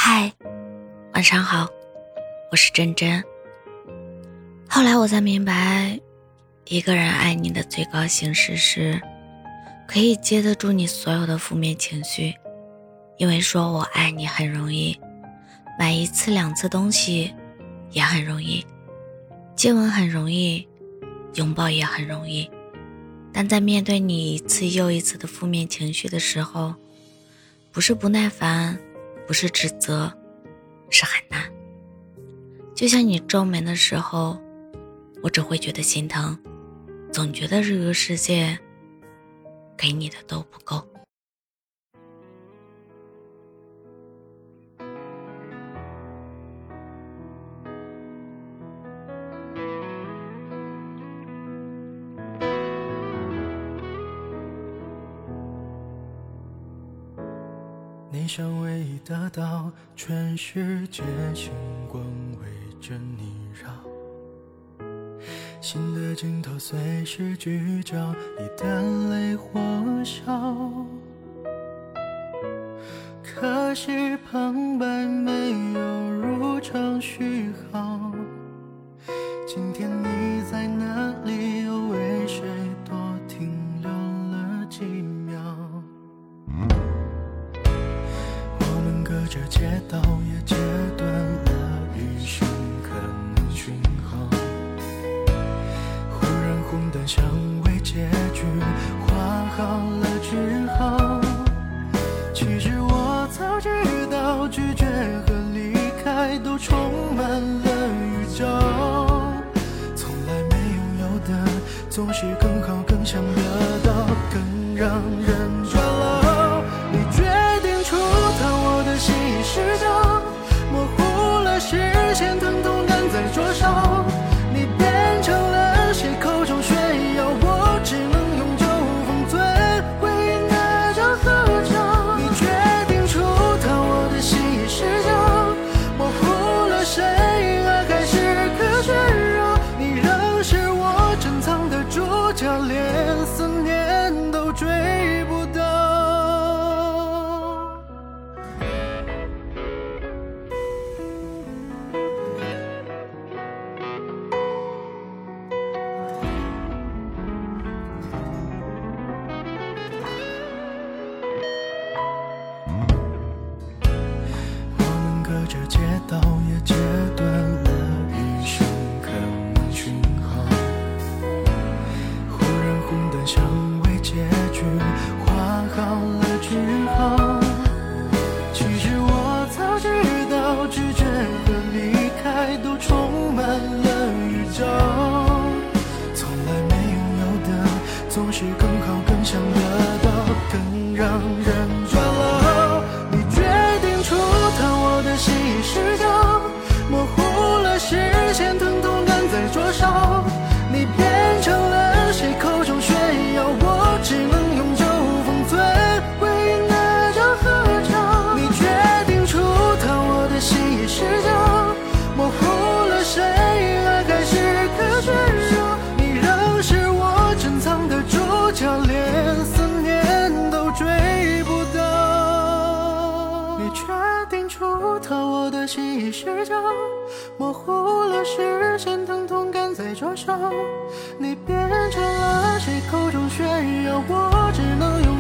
嗨，晚上好，我是真真。后来我才明白，一个人爱你的最高形式是可以接得住你所有的负面情绪。因为说我爱你很容易，买一次两次东西也很容易，接吻很容易，拥抱也很容易，但在面对你一次又一次的负面情绪的时候，不是不耐烦，不是指责，是很难。就像你皱眉的时候，我只会觉得心疼，总觉得这个世界给你的都不够。 你想唯一得到全世界星光围着你绕，心的尽头随时聚焦你的泪或笑，可惜旁白没有如常序号。今天你在哪里，又为谁多停留了几秒？隔着街道也截断了余生可能讯号，忽然红灯相为结局，画好了句号。其实我早知道拒绝和离开都充满了预兆，从来没拥有的总是更好，更想得到，更让人抓牢。你决定出逃我的心视角，模糊了视线，疼痛感在灼烧。你变成了谁口中炫耀，我只能永久封存回忆那张合照。你决定出逃我的心视角，模糊了谁爱还是可确认，你仍是我珍藏的主角，连思念都追不到。隔着街道也截断了余生可能讯号，忽然红灯相为结局，画好了句号。其实我早知道拒绝和离开都充满了预兆，从来没拥有的总是更好，更想得到，更让人抓牢。你决定出逃我的心视角，模糊了视线，疼痛感在灼烧。你变成了谁口中炫耀，我只能永久封存回忆那张合照。你决定出逃我的心视角，模糊了谁爱还是可确认，你仍是我珍藏的主角，连思念都追不到。你决定出逃我的心视角，模糊了视线，疼痛感在灼烧。你变成了谁口中炫耀，我只能用